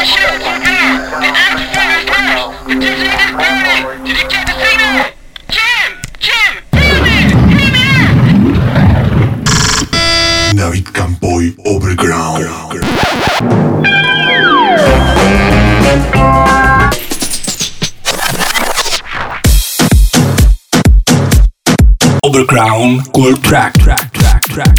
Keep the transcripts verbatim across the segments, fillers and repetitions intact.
David Campoy, Overground. Overground, cool track, track, track, track.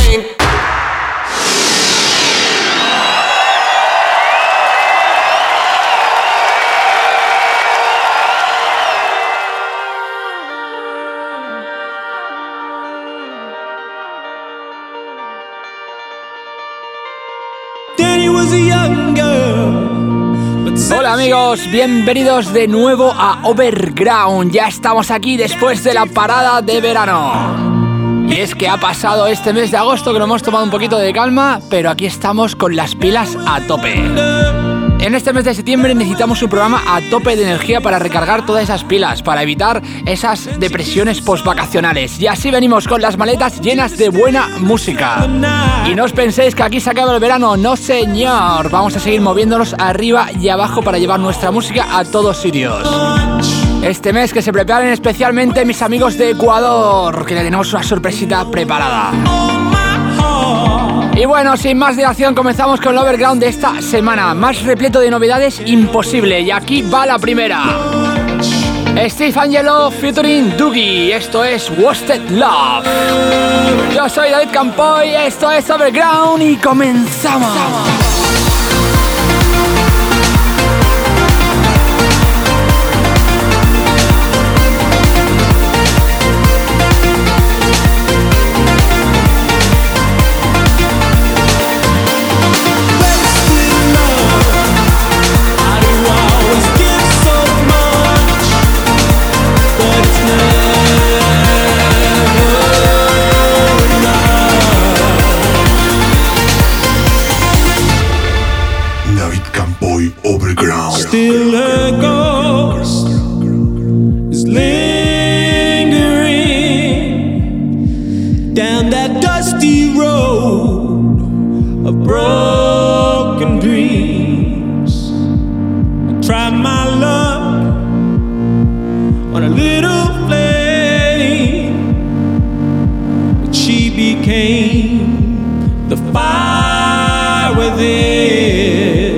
Hola amigos, bienvenidos de nuevo a Overground. Ya estamos aquí después de la parada de verano. Y es que ha pasado este mes de agosto que lo hemos tomado un poquito de calma, pero aquí estamos con las pilas a tope. En este mes de septiembre necesitamos un programa a tope de energía para recargar todas esas pilas, para evitar esas depresiones postvacacionales. Y así venimos con las maletas llenas de buena música. Y no os penséis que aquí se acaba el verano, no señor. Vamos a seguir moviéndonos arriba y abajo para llevar nuestra música a todos sitios. Este mes que se preparen especialmente mis amigos de Ecuador, que le tenemos una sorpresita preparada. Y bueno, sin más dilación, comenzamos con el Overground de esta semana. Más repleto de novedades imposible. Y aquí va la primera. Steve Angello featuring Doogie. Esto es Wasted Love. Yo soy David Campoy, esto es Overground y comenzamos. Overground. Still a ghost is lingering down that dusty road of broken dreams. I tried my luck on a little flame, but she became the fire within.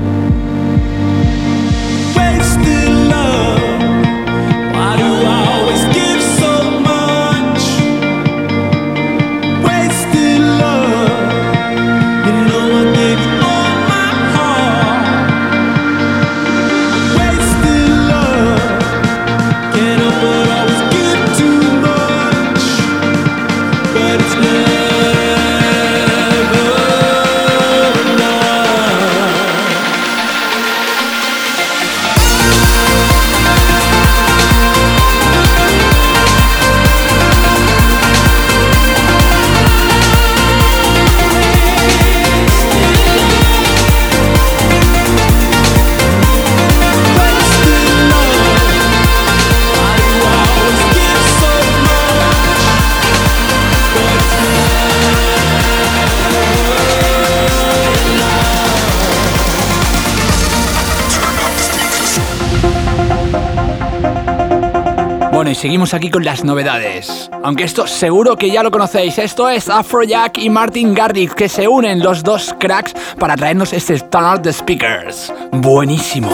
Bueno, y seguimos aquí con las novedades. Aunque esto seguro que ya lo conocéis. Esto es Afrojack y Martin Garrix, que se unen los dos cracks para traernos este Turn Out the Speakers. Buenísimo.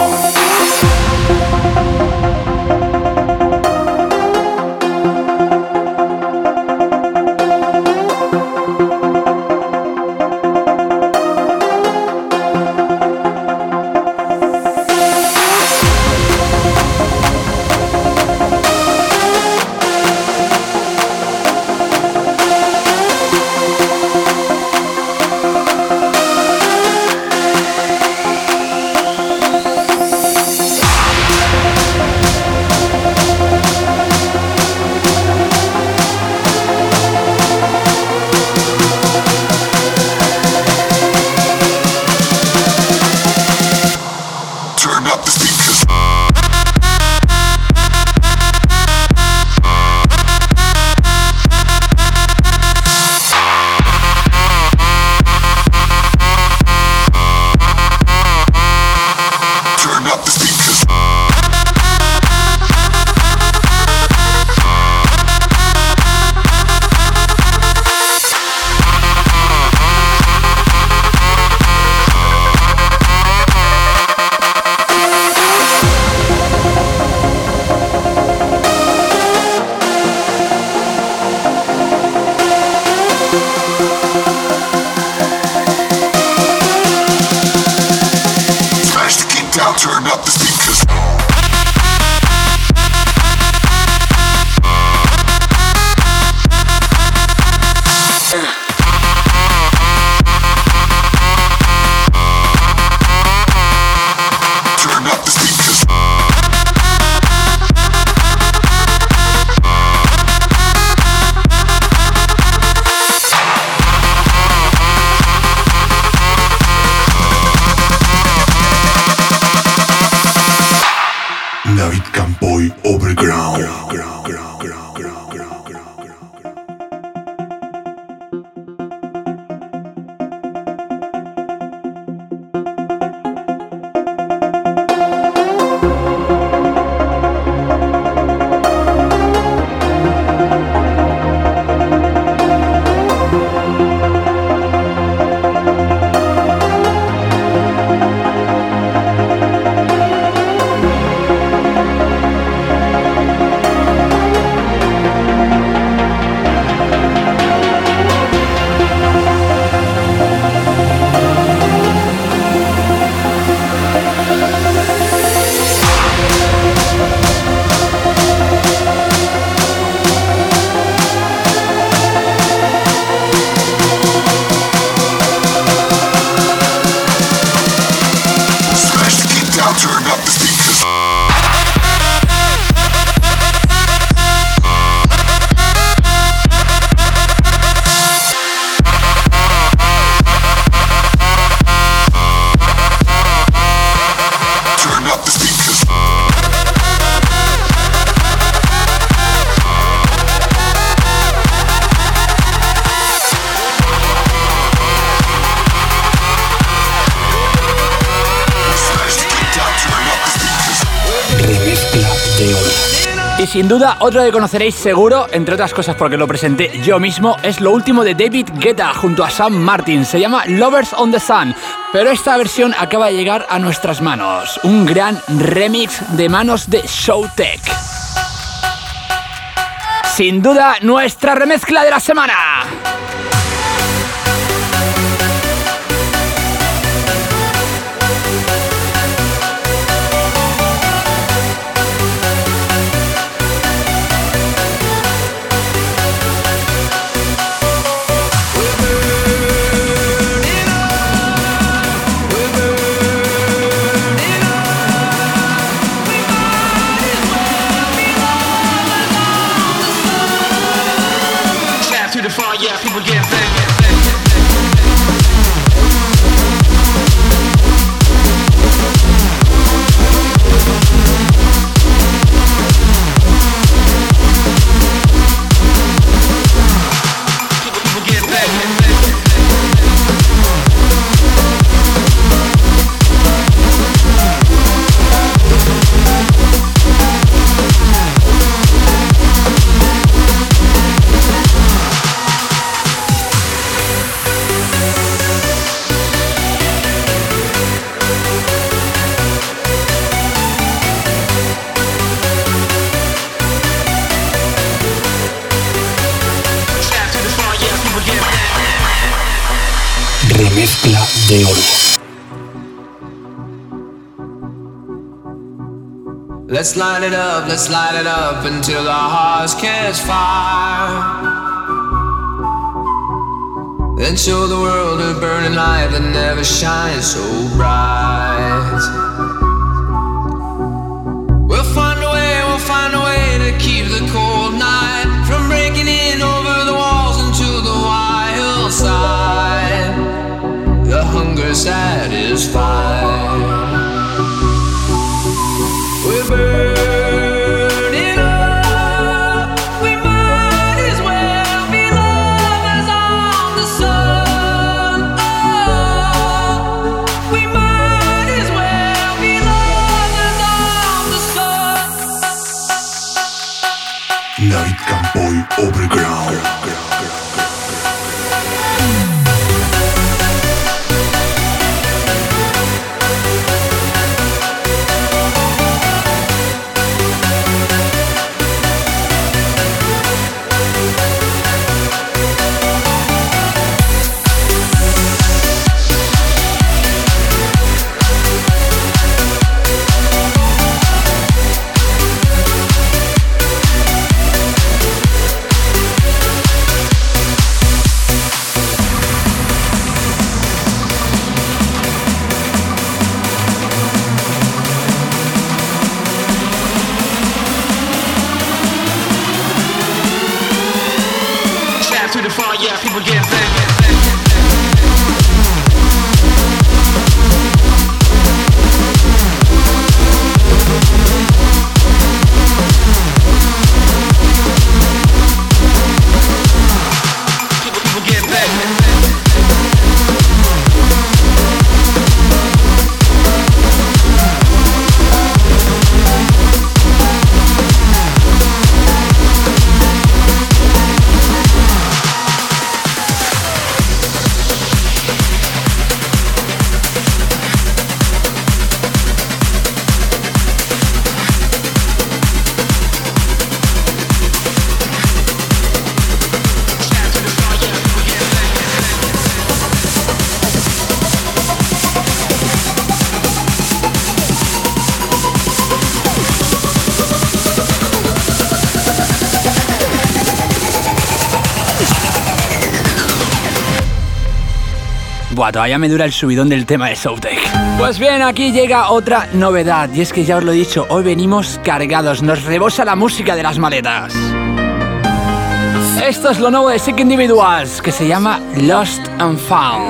down, turn up the speakers. David Campoy Overground. Y sin duda, otro que conoceréis seguro, entre otras cosas porque lo presenté yo mismo, es lo último de David Guetta junto a Sam Martin. Se llama Lovers on the Sun, pero esta versión acaba de llegar a nuestras manos. Un gran remix de manos de Showtek. Sin duda, nuestra remezcla de la semana. Yeah, people get back. Remezcla de oro. Let's light it up, let's light it up until our hearts catch fire. Then show the world a burning light that never shines so bright. We'll find a way, we'll find a way to keep the cold night from breaking in over the walls into the wild side. The hunger satisfied. We're burning up. We might as well be lovers on the sun. Oh, we might as well be lovers on the sun. David Campoy Overground. Buah, todavía me dura el subidón del tema de Soutech. Pues bien, aquí llega otra novedad. Y es que ya os lo he dicho, hoy venimos cargados. Nos rebosa la música de las maletas. Esto es lo nuevo de Sick Individuals, que se llama Lost and Found.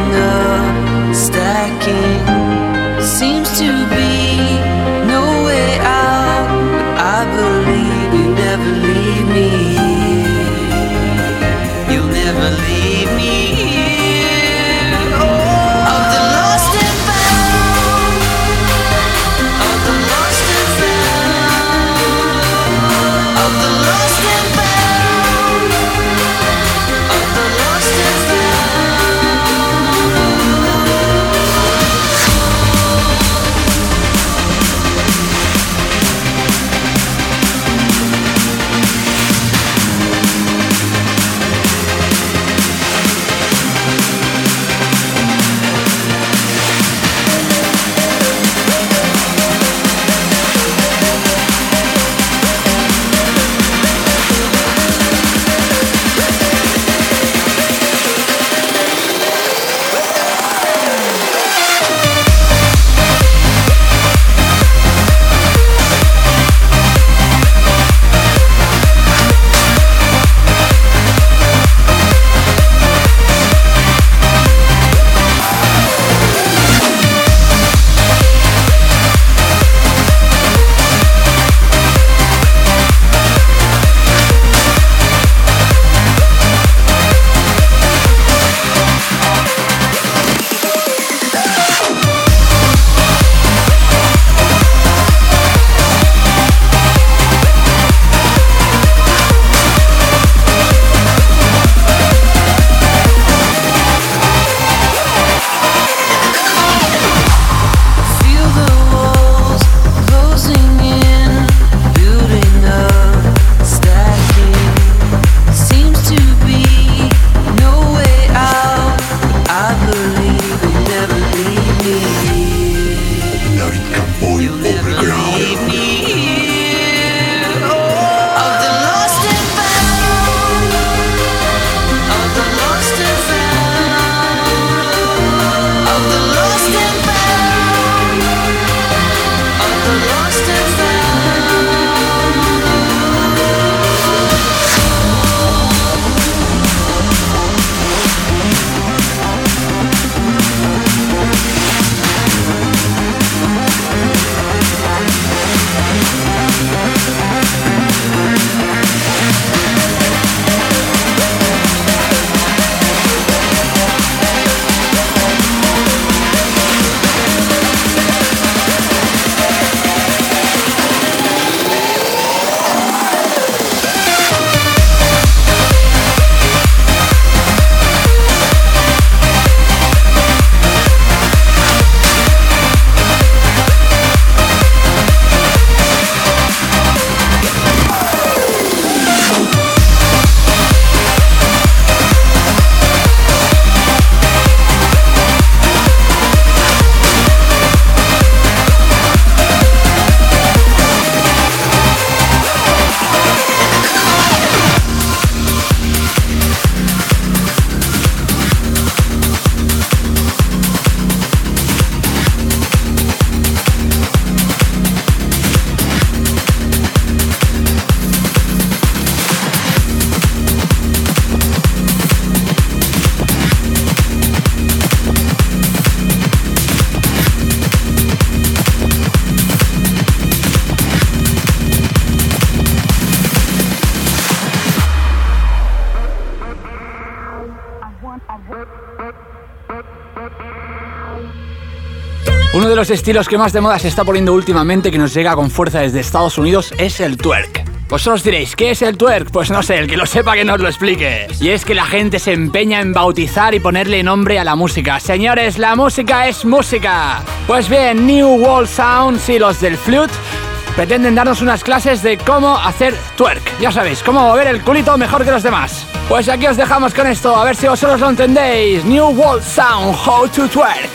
Uno de los estilos que más de moda se está poniendo últimamente, que nos llega con fuerza desde Estados Unidos, es el twerk. Vosotros diréis, ¿qué es el twerk? Pues no sé, el que lo sepa que nos lo explique. Y es que la gente se empeña en bautizar y ponerle nombre a la música. Señores, la música es música. Pues bien, New World Sounds y los del Flute pretenden darnos unas clases de cómo hacer twerk. Ya sabéis, cómo mover el culito mejor que los demás. Pues aquí os dejamos con esto, a ver si vosotros lo entendéis. New World Sound, How to Twerk.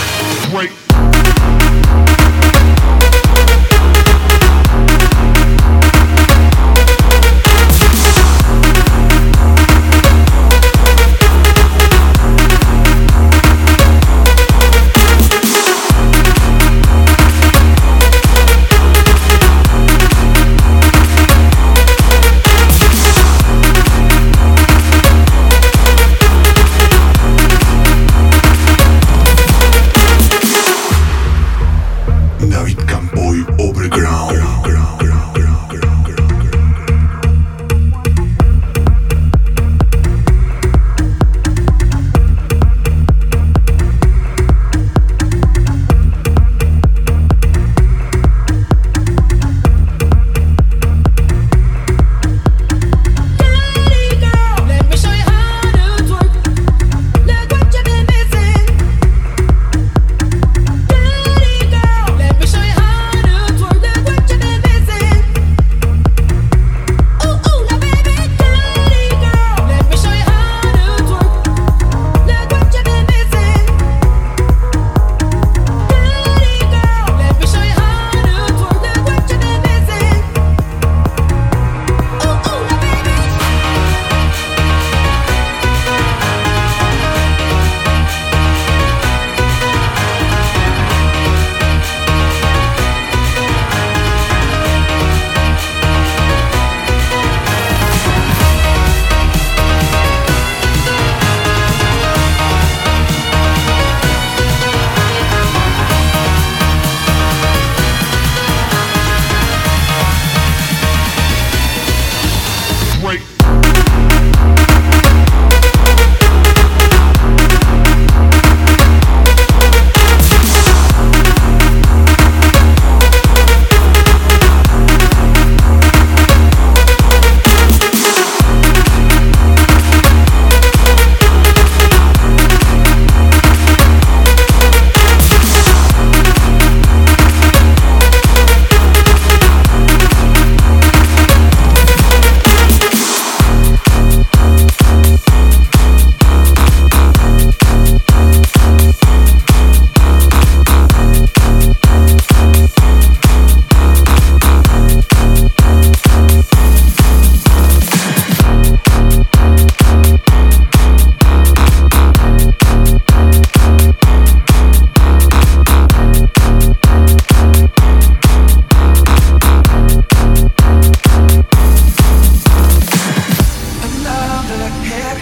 Wait.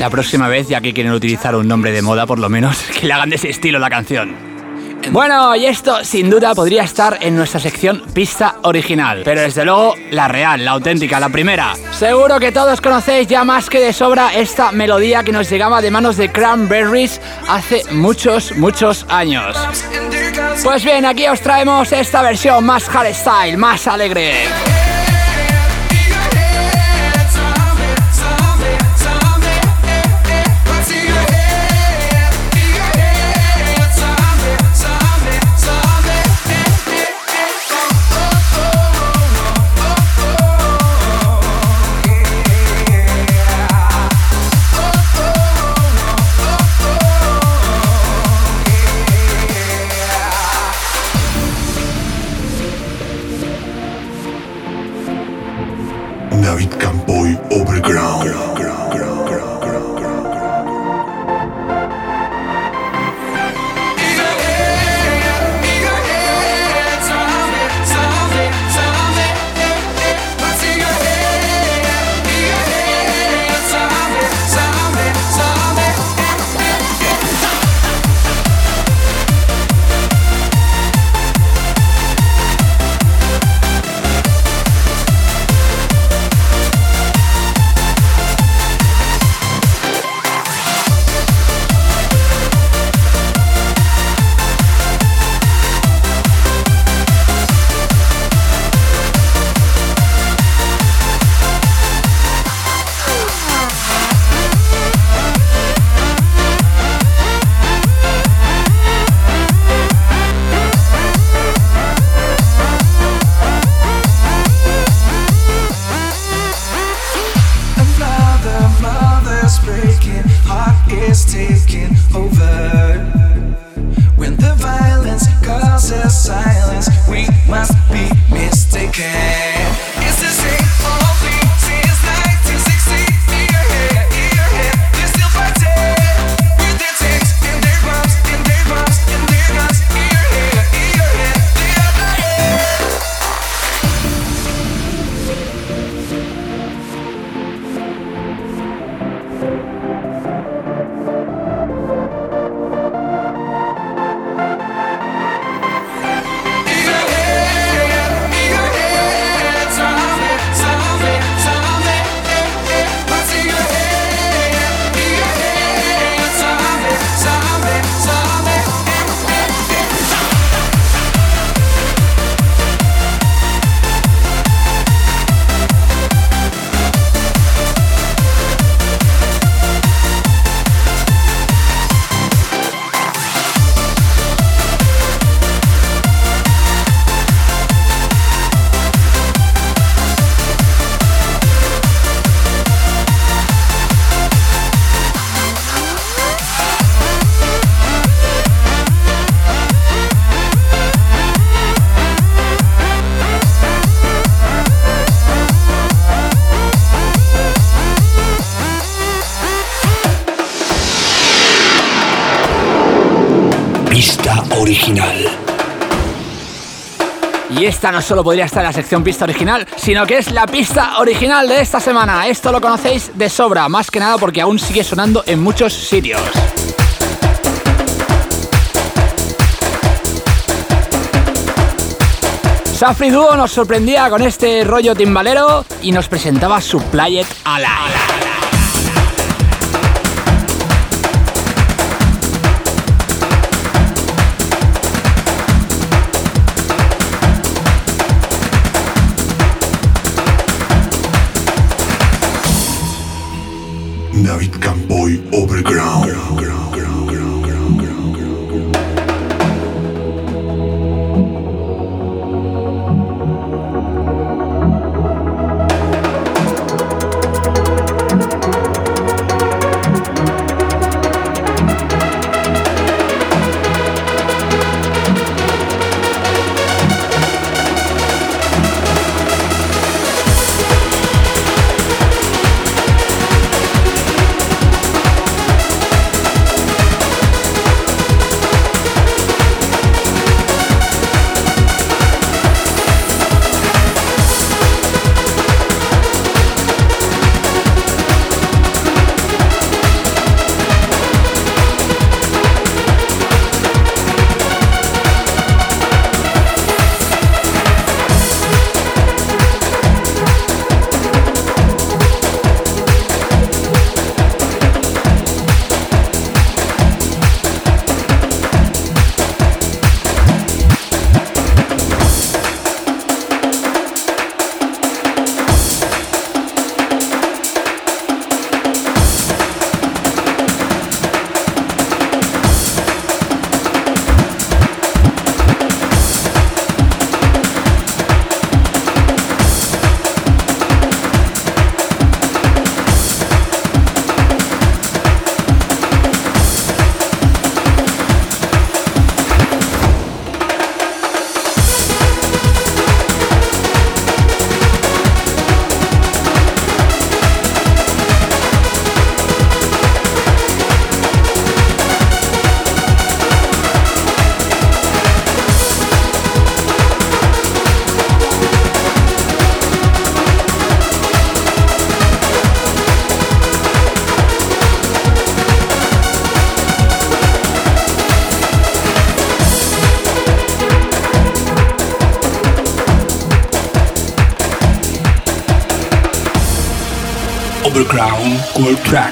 la próxima vez, ya que quieren utilizar un nombre de moda por lo menos, que le hagan de ese estilo la canción. Bueno, y esto sin duda podría estar en nuestra sección pista original, pero desde luego la real, la auténtica, la primera. Seguro que todos conocéis ya más que de sobra esta melodía que nos llegaba de manos de Cranberries hace muchos, muchos años. Pues bien, aquí os traemos esta versión más hardstyle, más alegre. David Campoy Overground. Original. Y esta no solo podría estar en la sección pista original, sino que es la pista original de esta semana. Esto lo conocéis de sobra, más que nada porque aún sigue sonando en muchos sitios. Safri Duo nos sorprendía con este rollo timbalero y nos presentaba su Play It Alive. David Campoy Overground. Overground Gold Track.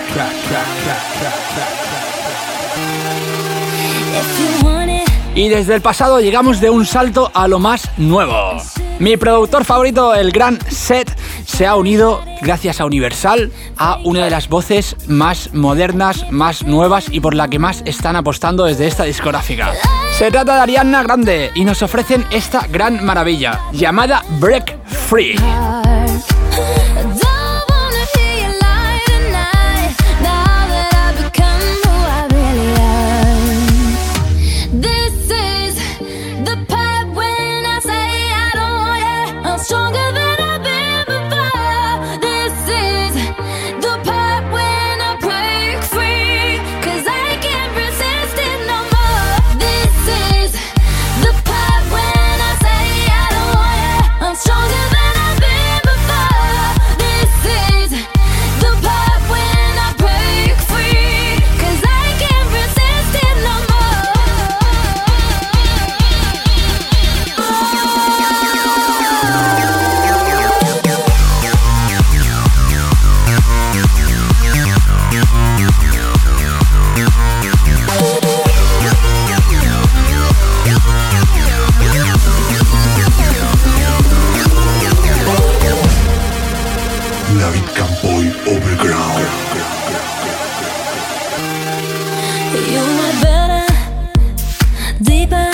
Y desde el pasado llegamos de un salto a lo más nuevo. Mi productor favorito, el gran Seth, se ha unido, gracias a Universal, a una de las voces más modernas, más nuevas y por la que más están apostando desde esta discográfica. Se trata de Ariana Grande y nos ofrecen esta gran maravilla llamada Break Free. David Campoy Overground. You were better, deeper.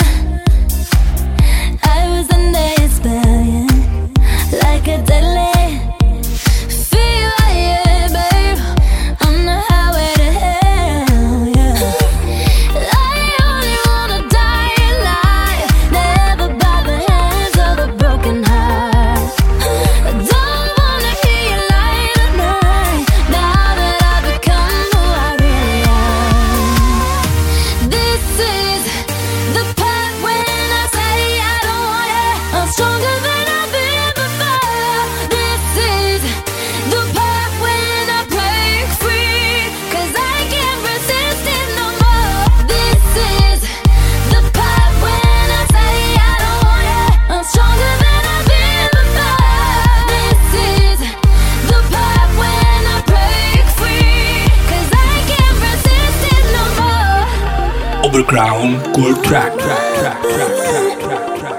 I was under your spell, yeah. Like a deadly fever, yeah, babe. On the highway to hell, yeah. I only wanna die alive, never by the hands of a broken heart. I don't wanna hear you lie tonight, now that I've become who I really am. This is the part when I say I don't want you. I'm stronger than I've been before. This is the part when I break free, 'cause I can't resist it no more. This is the part when I say I don't want you. I'm stronger than I've been before. This is the part when I break free, 'cause I can't resist it no more. Overground Gold Track. track, track, track, track, track, track.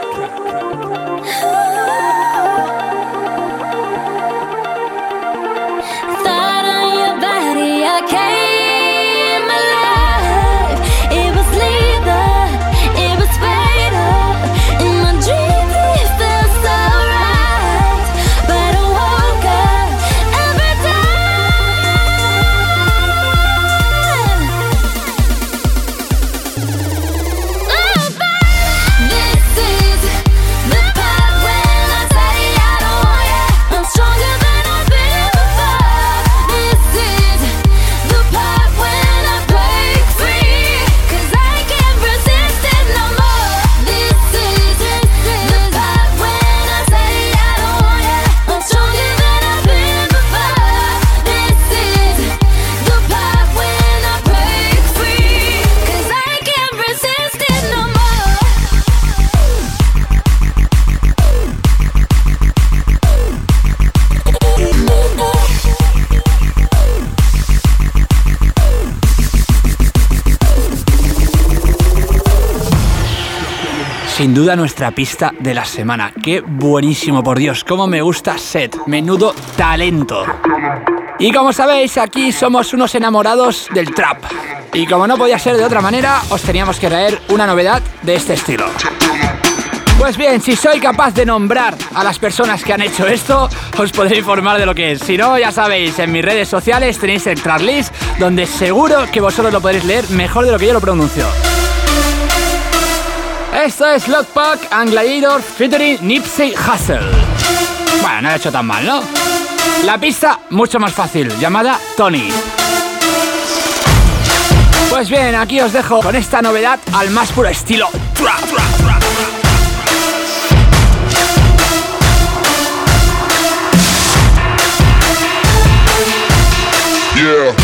Thought on your body, I came alive. It was lethal, it was fatal. In my dreams it felt so right, but I woke up every time. Oh, this is the part when I say I don't want you. I'm stronger than I've been before. This is the part when I break free, 'cause I can't resist it no more. This is the part when I say I don't want you. I'm stronger than I've been before. This is the part when I break free, 'cause I can't resist it no more. Sin duda nuestra pista de la semana. Qué buenísimo, por Dios, cómo me gusta Seth. Menudo talento. Y como sabéis, aquí somos unos enamorados del trap. Y como no podía ser de otra manera, os teníamos que traer una novedad de este estilo. Pues bien, si soy capaz de nombrar a las personas que han hecho esto, os podré informar de lo que es. Si no, ya sabéis, en mis redes sociales tenéis el tracklist, donde seguro que vosotros lo podréis leer mejor de lo que yo lo pronuncio. Esto es Lockpack and Gladiator featuring Nipsey Hussle. Bueno, no lo he hecho tan mal, ¿no? La pista, mucho más fácil, llamada Tony. Pues bien, aquí os dejo con esta novedad al más puro estilo trap, trap, trap, trap. Yeah.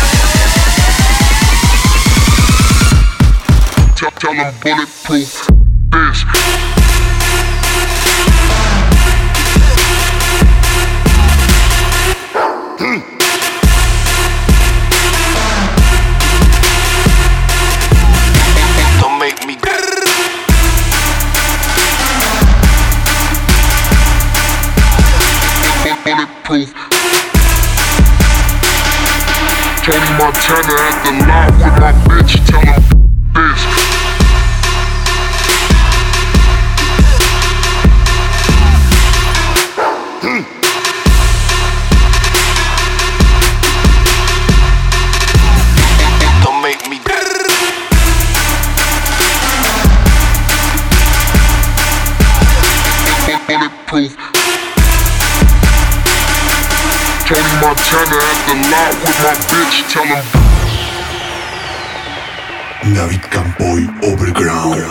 Tell them bulletproof. this. Don't make me bulletproof. Tony Montana at the lot with my bitch, tell him this. Hmm. Don't make me bulletproof. Tony Montana at the lot with my bitch, tell him David Campoy Overground.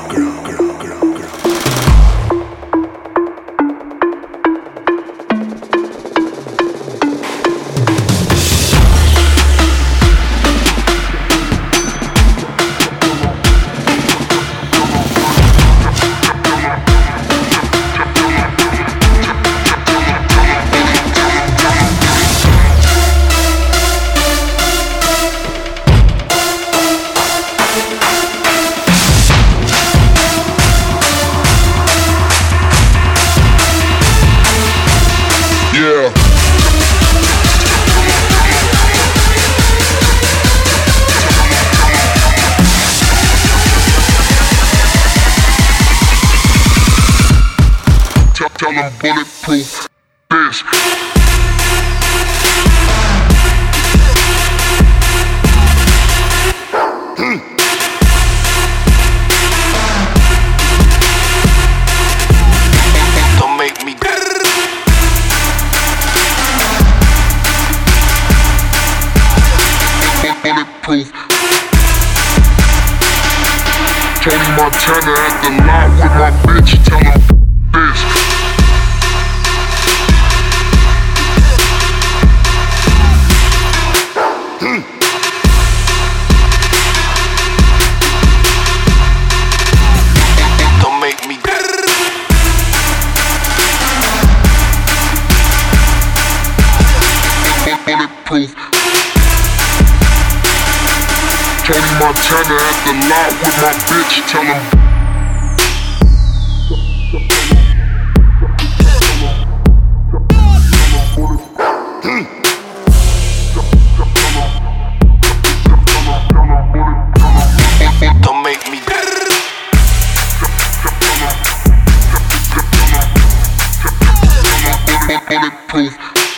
tell him bulletproof this. Hmm. Don't make me bulletproof. Tony Montana at the lot with my bitch, tell him this. Hmm. Don't make me bulletproof. Tony Montana at the lot with my bitch, tell him. Hmm. Don't make me bulletproof.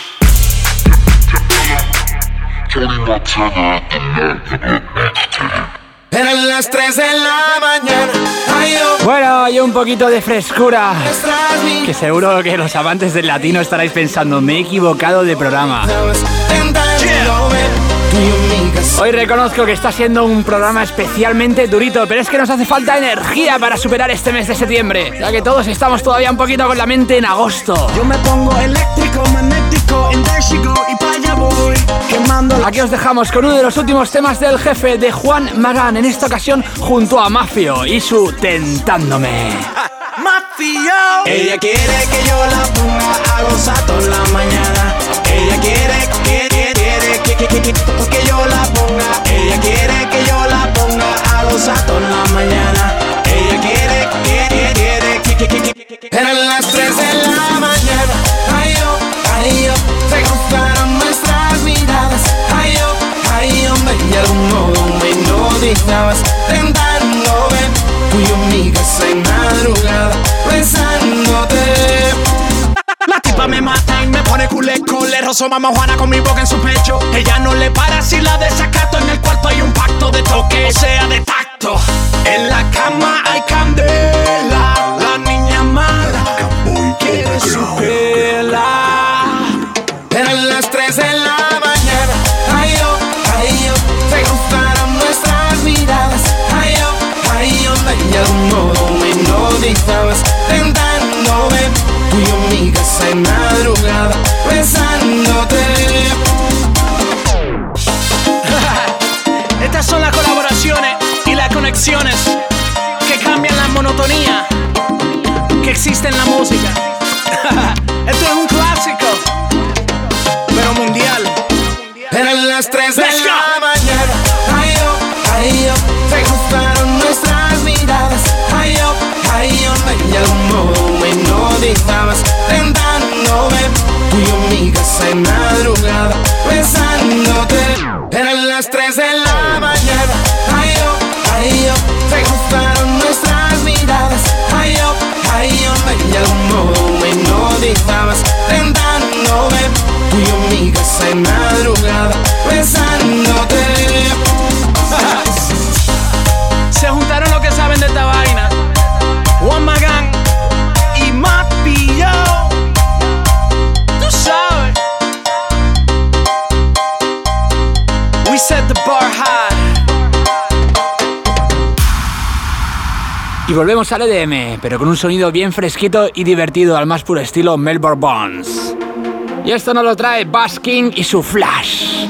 Tony Montana at the lot. Eran las tres de la mañana. Ay, oh, Bueno, hay un poquito de frescura, nuestras vidas que seguro que los amantes del latino estaréis pensando, me he equivocado de programa. intentando ver tú y mi casa. Hoy reconozco que está siendo un programa especialmente durito, pero es que nos hace falta energía para superar este mes de septiembre, ya que todos estamos todavía un poquito con la mente en agosto. Yo me pongo eléctrico, magnético, en there she go, y para allá voy, quemando la... Aquí os dejamos con uno de los últimos temas del jefe de Juan Magán, en esta ocasión junto a Mafio y su Tentándome. Mafio. Ella quiere que yo la ponga a gozar toda la mañana. Ella quiere, quiere, quiere que, que, que, que, que yo la ponga. Ella quiere que yo la ponga a gozar toda la mañana. Ella quiere, quiere, quiere que, que, que, que, que. Eran las tres de la mañana. Ay, yo, ay, yo, se cruzaron nuestras miradas. Ay, yo, ay, hombre, y de algún modo me hipnotizabas. Tentándome, tú y yo en mi casa en madrugada, besándote. La tipa me mata y me pone culeco. Le rozo mamá Juana con mi boca en su pecho. Ella no le para si la desacato. En el cuarto hay un pacto de toque, o sea de tacto. En la cama hay candela. La niña mala Campoy quiere su Overground. pela. Eran las tres de la mañana. Ay, yo, ay, yo, se cruzaron nuestras miradas. Ay, yo, ay, yo, de algún modo me hipnotizabas. Tentándome, tú y yo en mi casa en madrugada, besándote. Estas son las colaboraciones y las conexiones que cambian la monotonía existe en la música. Esto es un clásico, pero mundial. Eran las tres de la mañana. Ay, yo, ay, yo, se cruzaron nuestras miradas. Ay, yo, ay, yo, de algún modo me hipnotizabas, tentándome. Tú y yo en mi casa en madrugada, besándote. Eran las tres de la mañana. Ay, yo, ay, yo, se cruzaron nuestras miradas. Ay, yo, ay, yo, de algún modo me hipnotizabas, tentándome. Tú y yo en mi casa en madrugada, besándote. Se juntaron los que saben de esta vaina. Juan Magán y Mapi, yo. Tú sabes. We set the bar high. Y volvemos al E D M, pero con un sonido bien fresquito y divertido al más puro estilo Melbourne Bones. Y esto nos lo trae Bass King y su Flash.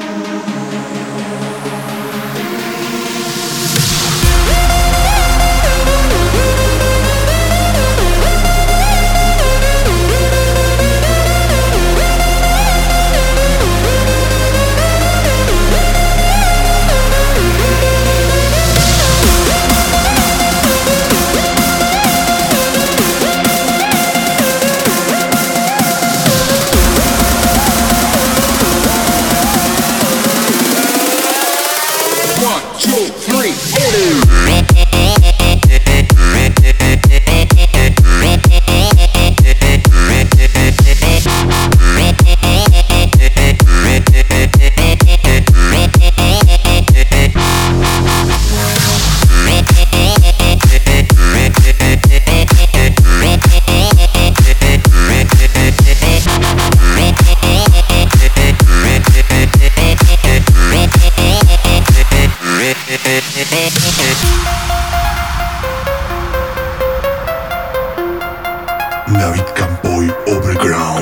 David Campoy Overground.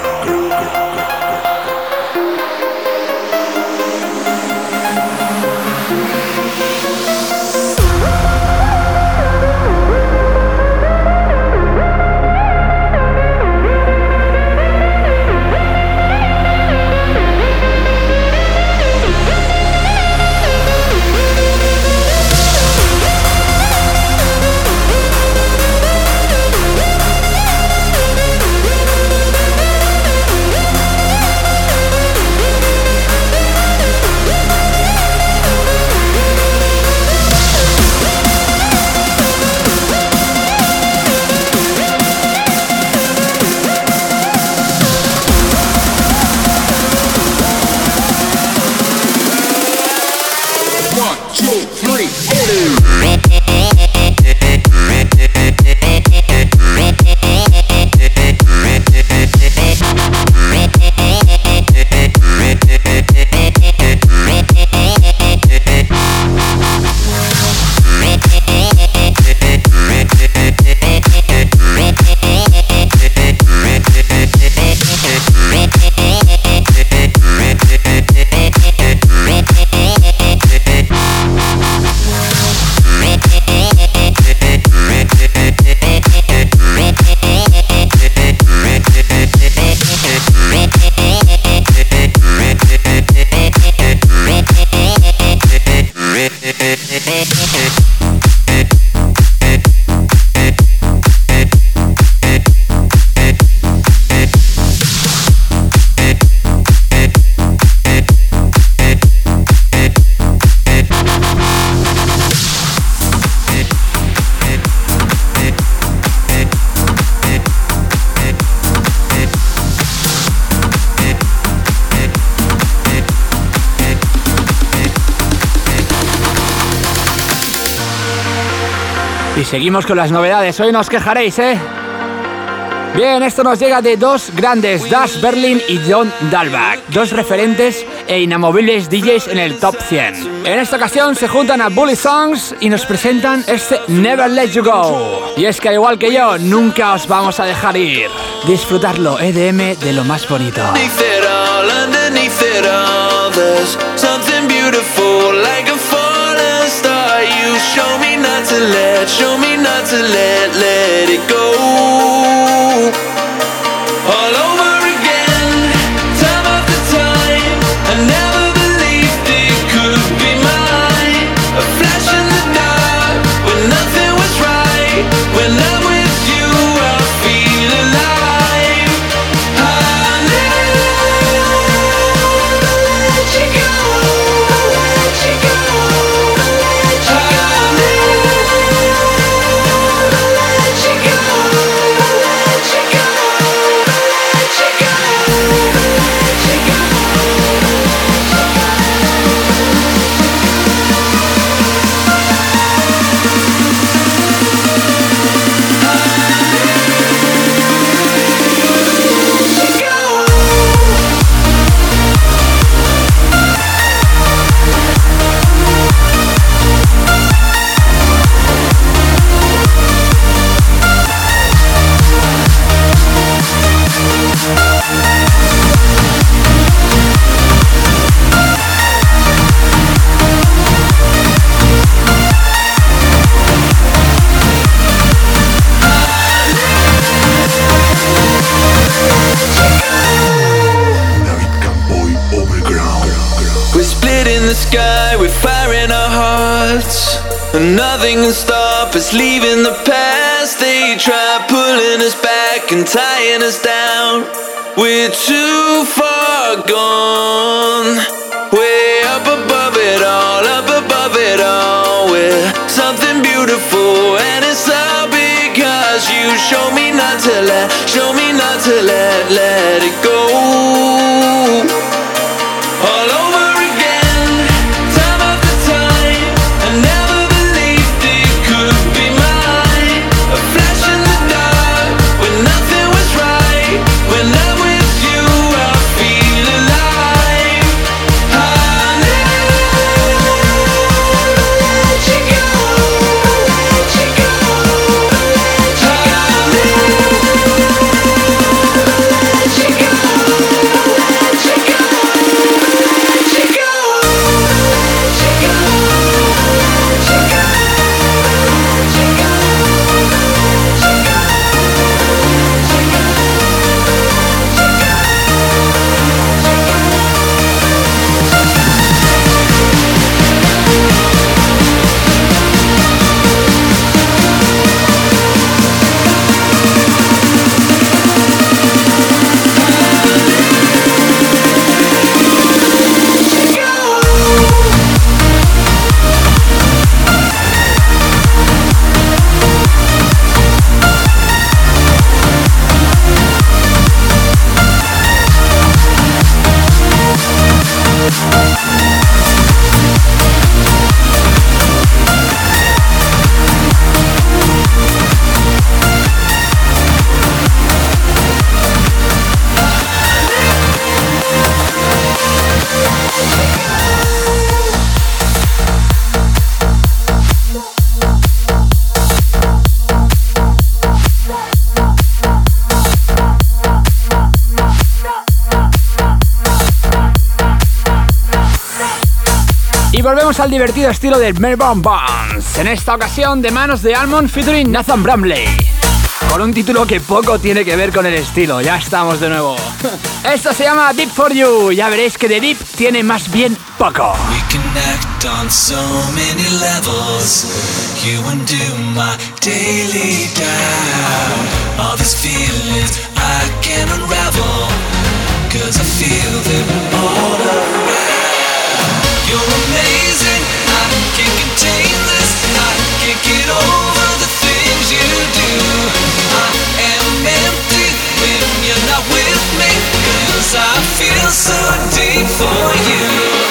Y seguimos con las novedades, hoy no os quejaréis, ¿eh? Bien, esto nos llega de dos grandes, Dash Berlin y John Dalbach, dos referentes e inamovibles D Js en el top cien. En esta ocasión se juntan a Bully Songs y nos presentan este Never Let You Go. Y es que al igual que yo, nunca os vamos a dejar ir. Disfrutarlo, E D M de lo más bonito. Underneath it all, underneath it all, there's something beautiful like a falling star. you show me not to let, show me not to let, let it go. All over again, time after time, I never believed it could be mine. A flash in the dark, when nothing was right, when I'm with you I feel alive. I never let you go, let you go, let you go. I never let you go, let you go, let you go, let you go. David Campoy Overground. We're split in the sky, we're fire in our hearts, and nothing can stop us leaving the past. They try pulling us back and tying us down. We're too far gone, way up above it all, up above it all. We're something beautiful, and it's all because you show me not to let, show me not to let, let it go. All over again, time after time, I never believed it could be mine. A flash in the dark, when nothing was right, when I'm with you I feel alive. I never let you go, let you go, let you go. I never let you go, let you go. Y volvemos al divertido estilo de Melbourne Bones, en esta ocasión de manos de Almond featuring Nathan Bramley, con un título que poco tiene que ver con el estilo. Ya estamos de nuevo. Esto se llama Deep for You. Ya veréis que de Deep tiene más bien poco. We connect on so many levels. You undo my daily doubt. All these feelings I can unravel, 'cause I feel them all around. You're amazing, I can't contain this, I can't get over the things you do. I am empty when you're not with me, 'cause I feel so deep for you.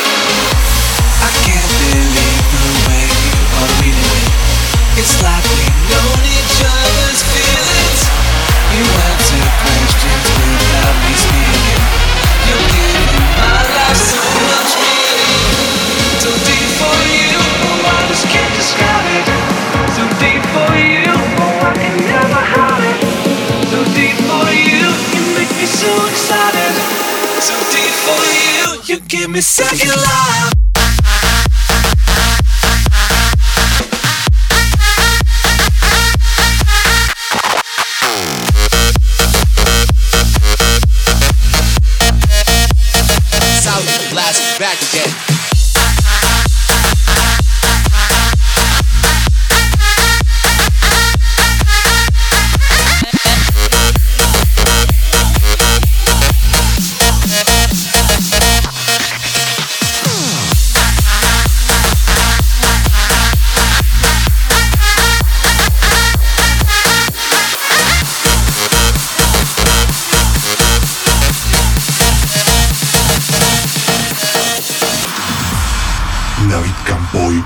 I can't believe the way you are reading me. It's like we've known each other's feelings. You answer questions without me speaking. You're giving my life so much meaning. So deep for you, oh I just can't describe it. So deep for you, oh I can never hide it. So deep for you, you make me so excited. So deep for you, you give me second life.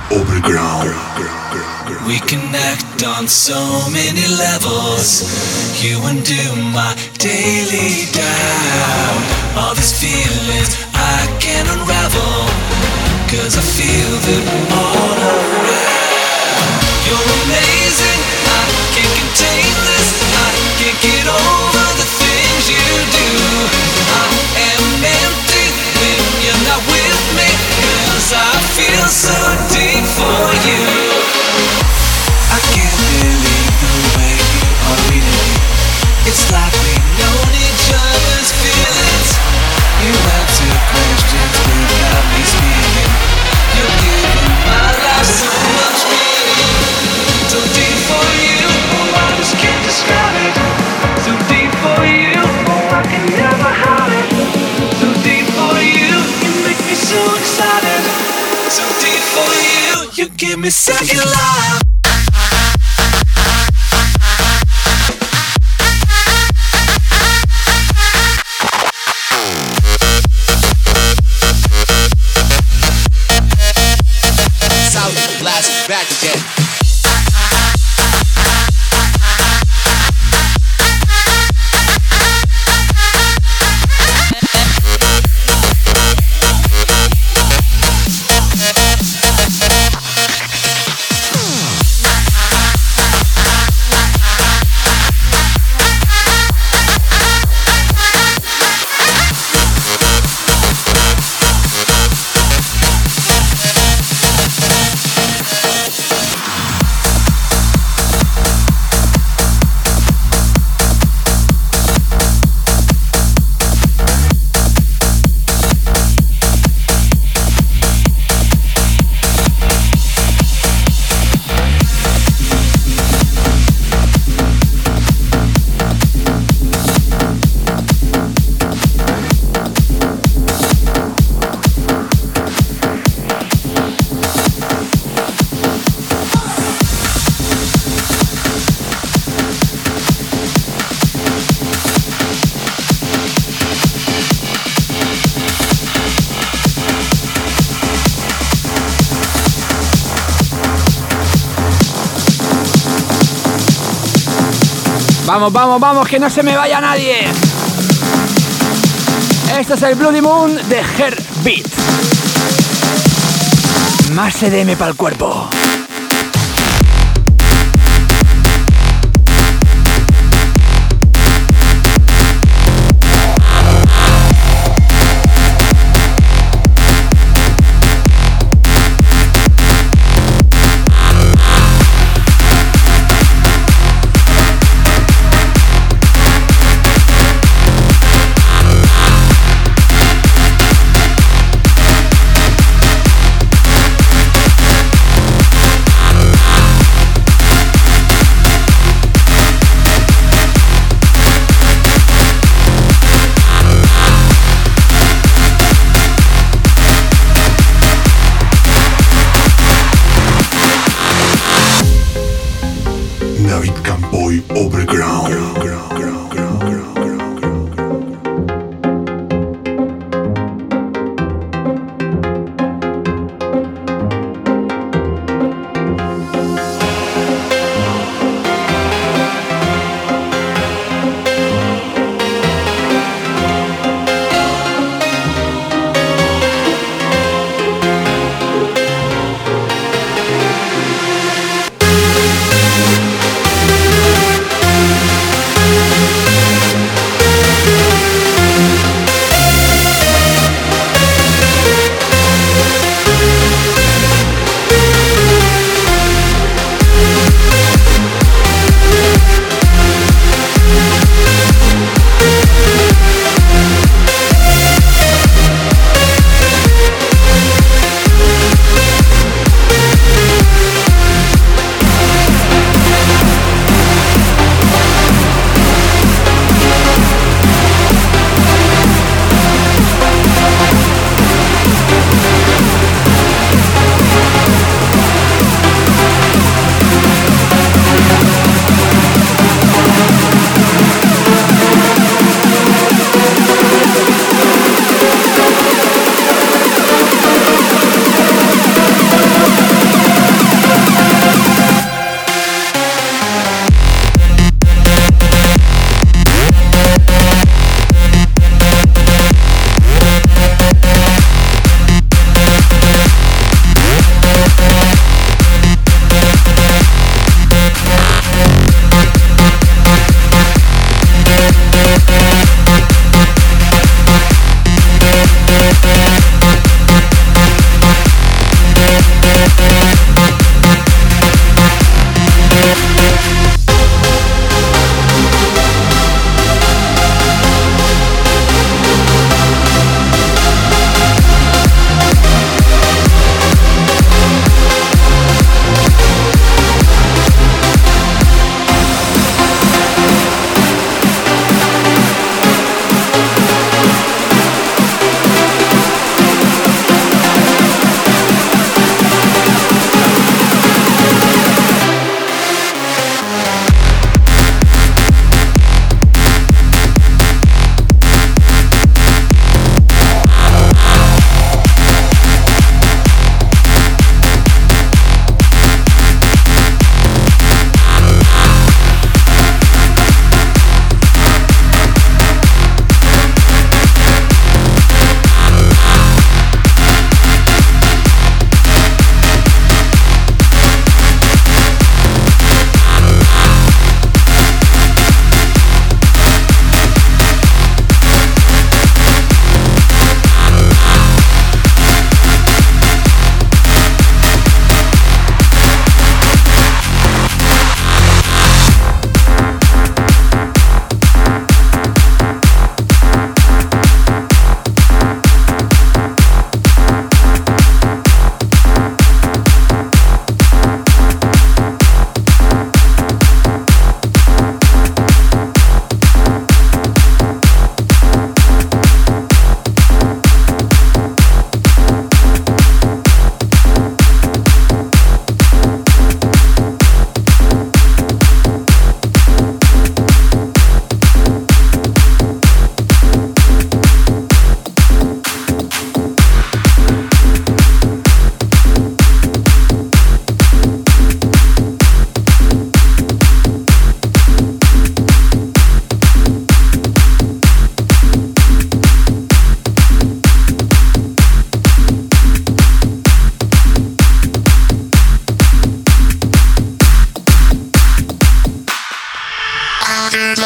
Overground. We connect on so many levels. You undo my daily doubt. All these feelings I can't unravel, 'cause I feel them all around. You're amazing, I can't contain this. I can't get over the things you do. I am empty when you're not with me, 'cause I feel so deep for you. I can't believe the way you are reading me. It's like we've known each other's feelings. You answer questions without me speaking. You're giving my life so much meaning. So deep for you, oh I just can't describe it. So deep for you, oh I can never hide it. So deep for you, you make me so excited. So deep for you, you give me second life. Back again. Vamos, vamos, vamos, que no se me vaya nadie. Este es el Bloody Moon de Heartbeat. Más E D M para el cuerpo.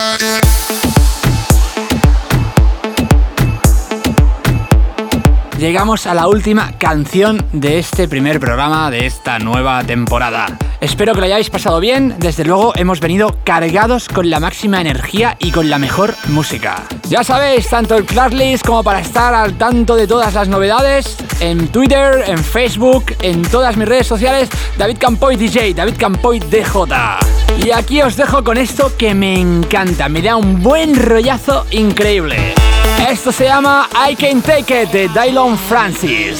Llegamos a la última canción de este primer programa de esta nueva temporada. Espero que lo hayáis pasado bien. Desde luego hemos venido cargados con la máxima energía y con la mejor música. Ya sabéis, tanto el Clatlist como para estar al tanto de todas las novedades, en Twitter, en Facebook, en todas mis redes sociales, David Campoy D J, David Campoy D J. Y aquí os dejo con esto que me encanta, me da un buen rollazo increíble. Esto se llama I Can't Take It de Dylon Francis.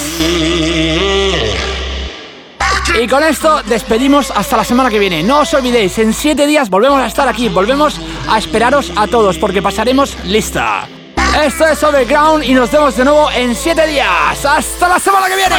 Y con esto despedimos hasta la semana que viene. No os olvidéis, en siete días volvemos a estar aquí. Volvemos a esperaros a todos porque pasaremos lista. Esto es Overground y nos vemos de nuevo en siete días. ¡Hasta la semana que viene!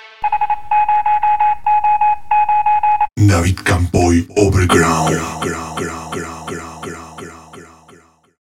David Campoy Overground.